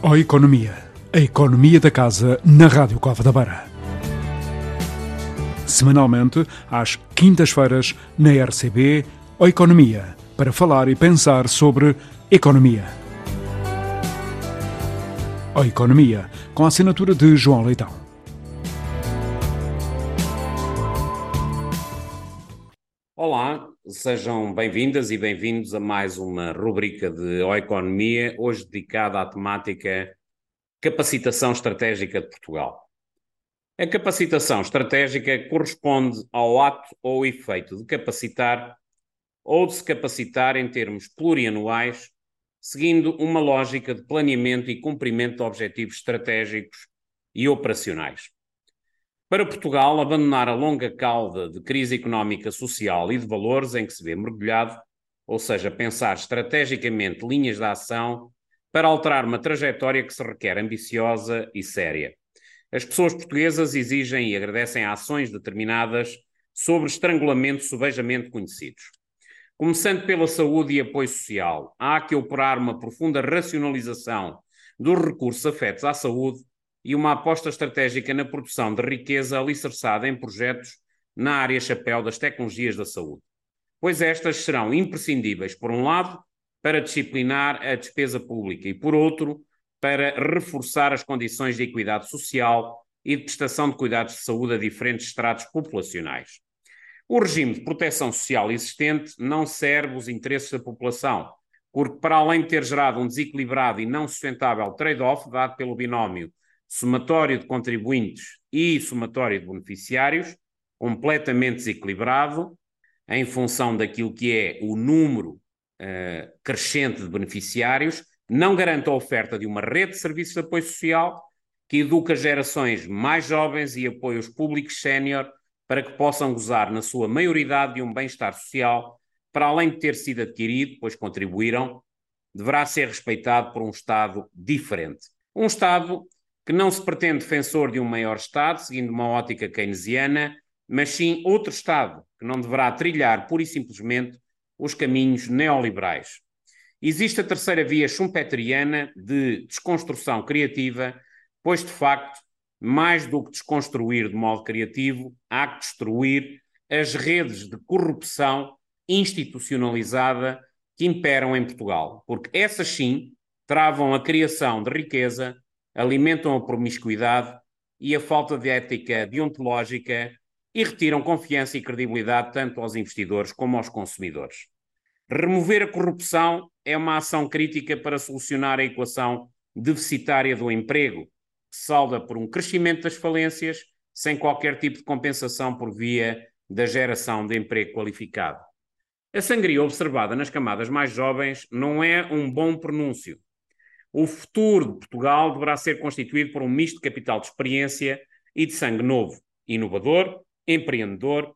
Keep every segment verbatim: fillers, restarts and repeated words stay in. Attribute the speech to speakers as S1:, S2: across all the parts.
S1: Ó Economia, a economia da casa na Rádio Cova da Beira. Semanalmente, às quintas-feiras, na R C B, Ó Economia, para falar e pensar sobre economia. Ó Economia, com a assinatura de João Leitão.
S2: Olá, sejam bem-vindas e bem-vindos a mais uma rubrica de Ó Economia, hoje dedicada à temática Capacitação Estratégica de Portugal. A capacitação estratégica corresponde ao ato ou efeito de capacitar ou de se capacitar em termos plurianuais, seguindo uma lógica de planeamento e cumprimento de objetivos estratégicos e operacionais. Para Portugal, abandonar a longa cauda de crise económica, social e de valores em que se vê mergulhado, ou seja, pensar estrategicamente linhas de ação para alterar uma trajetória que se requer ambiciosa e séria. As pessoas portuguesas exigem e agradecem ações determinadas sobre estrangulamentos subejamente conhecidos. Começando pela saúde e apoio social, há que operar uma profunda racionalização dos recursos afetos à saúde e uma aposta estratégica na produção de riqueza alicerçada em projetos na área chapéu das tecnologias da saúde, pois estas serão imprescindíveis, por um lado, para disciplinar a despesa pública e, por outro, para reforçar as condições de equidade social e de prestação de cuidados de saúde a diferentes estratos populacionais. O regime de proteção social existente não serve os interesses da população, porque, para além de ter gerado um desequilibrado e não sustentável trade-off dado pelo binómio somatório de contribuintes e somatório de beneficiários, completamente desequilibrado, em função daquilo que é o número uh, crescente de beneficiários, não garante a oferta de uma rede de serviços de apoio social que educa gerações mais jovens e apoios públicos sénior para que possam gozar, na sua maioridade, de um bem-estar social, para além de ter sido adquirido, pois contribuíram, deverá ser respeitado por um Estado diferente. Um Estado que não se pretende defensor de um maior Estado, seguindo uma ótica keynesiana, mas sim outro Estado, que não deverá trilhar, pura e simplesmente, os caminhos neoliberais. Existe a terceira via schumpeteriana de desconstrução criativa, pois, de facto, mais do que desconstruir de modo criativo, há que destruir as redes de corrupção institucionalizada que imperam em Portugal, porque essas sim travam a criação de riqueza, alimentam a promiscuidade e a falta de ética deontológica e retiram confiança e credibilidade tanto aos investidores como aos consumidores. Remover a corrupção é uma ação crítica para solucionar a equação deficitária do emprego, que se salda por um crescimento das falências sem qualquer tipo de compensação por via da geração de emprego qualificado. A sangria observada nas camadas mais jovens não é um bom pronúncio. O futuro de Portugal deverá ser constituído por um misto de capital de experiência e de sangue novo, inovador, empreendedor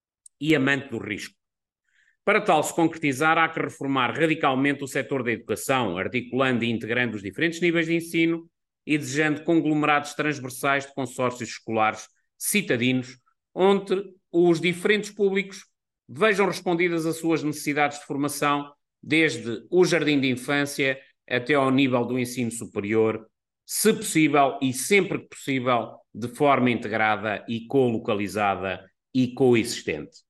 S2: e amante do risco. Para tal se concretizar, há que reformar radicalmente o setor da educação, articulando e integrando os diferentes níveis de ensino e desejando conglomerados transversais de consórcios escolares citadinos, onde os diferentes públicos vejam respondidas as suas necessidades de formação, desde o jardim de infância até ao nível do ensino superior, se possível e sempre que possível, de forma integrada e colocalizada e coexistente.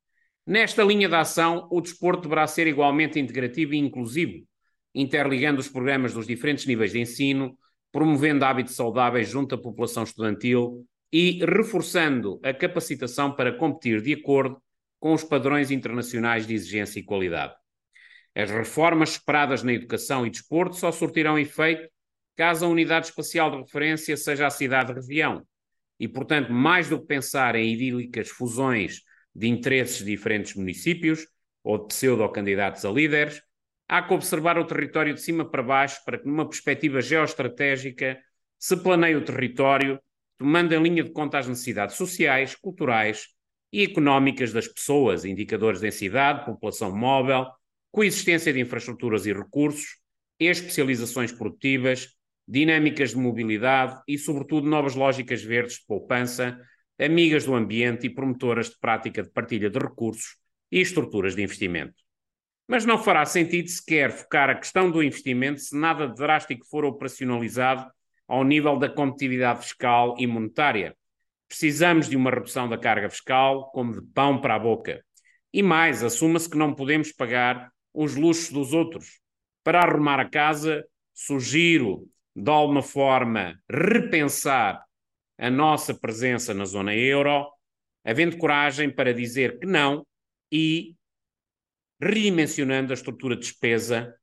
S2: Nesta linha de ação, o desporto deverá ser igualmente integrativo e inclusivo, interligando os programas dos diferentes níveis de ensino, promovendo hábitos saudáveis junto à população estudantil e reforçando a capacitação para competir de acordo com os padrões internacionais de exigência e qualidade. As reformas esperadas na educação e desporto só surtirão efeito caso a unidade espacial de referência seja a cidade-região e, portanto, mais do que pensar em idílicas fusões de interesses de diferentes municípios ou de pseudo-candidatos a líderes, há que observar o território de cima para baixo para que, numa perspectiva geoestratégica, se planeie o território, tomando em linha de conta as necessidades sociais, culturais e económicas das pessoas, indicadores de densidade, população móvel, coexistência de infraestruturas e recursos, especializações produtivas, dinâmicas de mobilidade e, sobretudo, novas lógicas verdes de poupança, amigas do ambiente e promotoras de prática de partilha de recursos e estruturas de investimento. Mas não fará sentido sequer focar a questão do investimento se nada de drástico for operacionalizado ao nível da competitividade fiscal e monetária. Precisamos de uma redução da carga fiscal como de pão para a boca. E mais, assuma-se que não podemos pagar os luxos dos outros. Para arrumar a casa, sugiro, de alguma forma, repensar a nossa presença na zona euro, havendo coragem para dizer que não e redimensionando a estrutura de despesa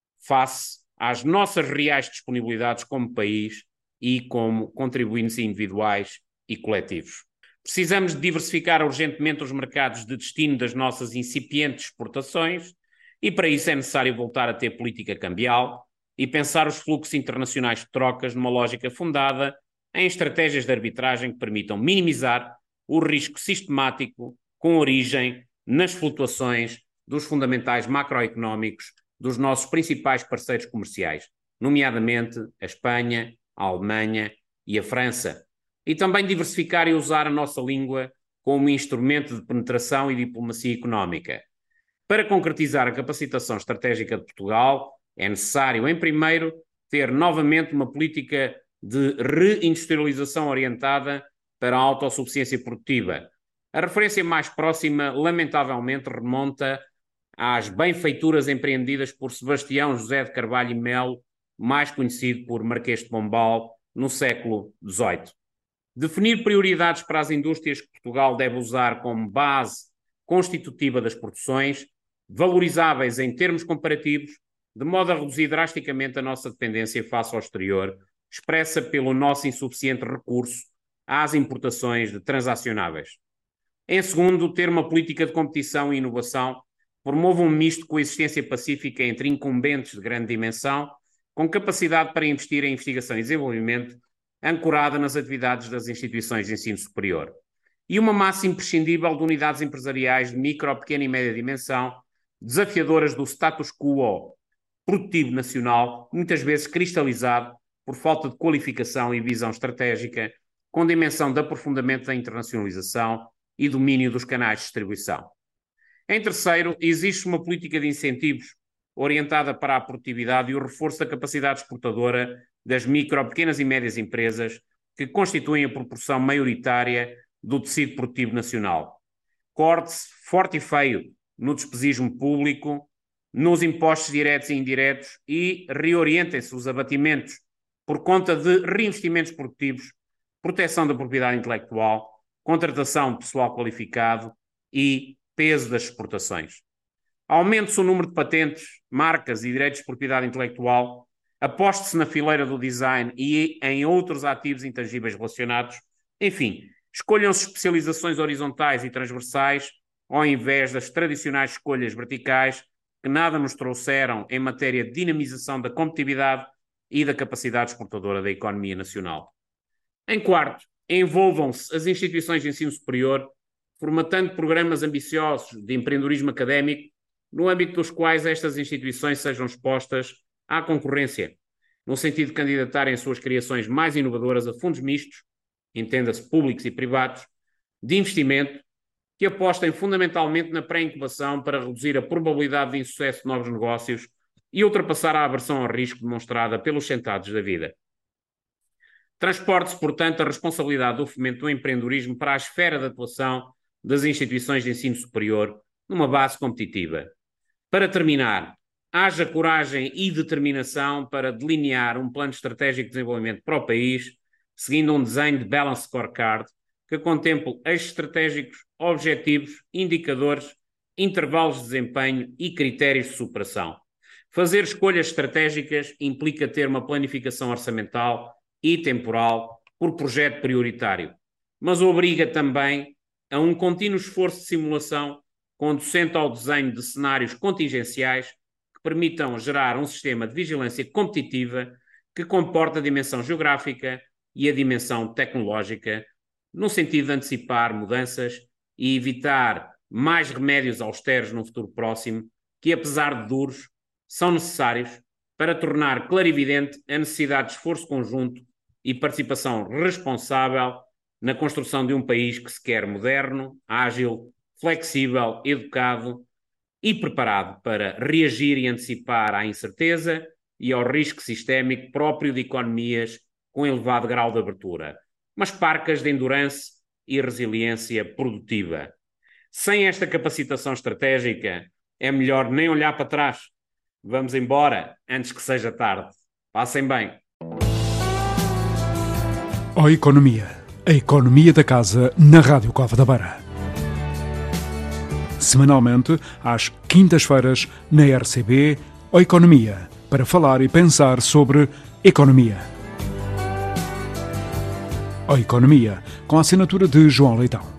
S2: face às nossas reais disponibilidades como país e como contribuintes individuais e coletivos. Precisamos de diversificar urgentemente os mercados de destino das nossas incipientes exportações e para isso é necessário voltar a ter política cambial e pensar os fluxos internacionais de trocas numa lógica fundada em estratégias de arbitragem que permitam minimizar o risco sistemático com origem nas flutuações dos fundamentais macroeconómicos dos nossos principais parceiros comerciais, nomeadamente a Espanha, a Alemanha e a França. E também diversificar e usar a nossa língua como instrumento de penetração e diplomacia económica. Para concretizar a capacitação estratégica de Portugal, é necessário, em primeiro, ter novamente uma política de reindustrialização orientada para a autossuficiência produtiva. A referência mais próxima, lamentavelmente, remonta às benfeituras empreendidas por Sebastião José de Carvalho e Melo, mais conhecido por Marquês de Pombal, no século dezoito. Definir prioridades para as indústrias que Portugal deve usar como base constitutiva das produções, valorizáveis em termos comparativos, de modo a reduzir drasticamente a nossa dependência face ao exterior, expressa pelo nosso insuficiente recurso às importações de transacionáveis. Em segundo, ter uma política de competição e inovação promova um misto de coexistência pacífica entre incumbentes de grande dimensão, com capacidade para investir em investigação e desenvolvimento, ancorada nas atividades das instituições de ensino superior. E uma massa imprescindível de unidades empresariais de micro, pequena e média dimensão, desafiadoras do status quo produtivo nacional, muitas vezes cristalizado por falta de qualificação e visão estratégica, com dimensão de aprofundamento da internacionalização e domínio dos canais de distribuição. Em terceiro, existe uma política de incentivos orientada para a produtividade e o reforço da capacidade exportadora das micro, pequenas e médias empresas, que constituem a proporção maioritária do tecido produtivo nacional. Corte-se forte e feio no despesismo público, nos impostos diretos e indiretos e reorientem-se os abatimentos por conta de reinvestimentos produtivos, proteção da propriedade intelectual, contratação de pessoal qualificado e peso das exportações. Aumente-se o número de patentes, marcas e direitos de propriedade intelectual, aposte-se na fileira do design e em outros ativos intangíveis relacionados. Enfim, escolham-se especializações horizontais e transversais ao invés das tradicionais escolhas verticais que nada nos trouxeram em matéria de dinamização da competitividade e da capacidade exportadora da economia nacional. Em quarto, envolvam-se as instituições de ensino superior, formatando programas ambiciosos de empreendedorismo académico, no âmbito dos quais estas instituições sejam expostas à concorrência, no sentido de candidatarem suas criações mais inovadoras a fundos mistos, entenda-se públicos e privados, de investimento, que apostem fundamentalmente na pré-incubação para reduzir a probabilidade de insucesso de novos negócios e ultrapassar a aversão ao risco demonstrada pelos sentados da vida. Transporte-se, portanto, a responsabilidade do fomento do empreendedorismo para a esfera de atuação das instituições de ensino superior numa base competitiva. Para terminar, haja coragem e determinação para delinear um plano estratégico de desenvolvimento para o país, seguindo um desenho de Balance Scorecard que contemple eixos estratégicos, objetivos, indicadores, intervalos de desempenho e critérios de superação. Fazer escolhas estratégicas implica ter uma planificação orçamental e temporal por projeto prioritário, mas obriga também a um contínuo esforço de simulação conducente ao desenho de cenários contingenciais que permitam gerar um sistema de vigilância competitiva que comporta a dimensão geográfica e a dimensão tecnológica, no sentido de antecipar mudanças e evitar mais remédios austeros no futuro próximo, que, apesar de duros, são necessários para tornar clarividente a necessidade de esforço conjunto e participação responsável na construção de um país que se quer moderno, ágil, flexível, educado e preparado para reagir e antecipar à incerteza e ao risco sistémico próprio de economias com elevado grau de abertura, mas parcas de endurance e resiliência produtiva. Sem esta capacitação estratégica, é melhor nem olhar para trás. Vamos embora antes que seja tarde. Passem bem.
S1: O Economia. A economia da casa na Rádio Cova da Beira. Semanalmente, às quintas-feiras, na R C B, O Economia, para falar e pensar sobre economia. O Economia, com a assinatura de João Leitão.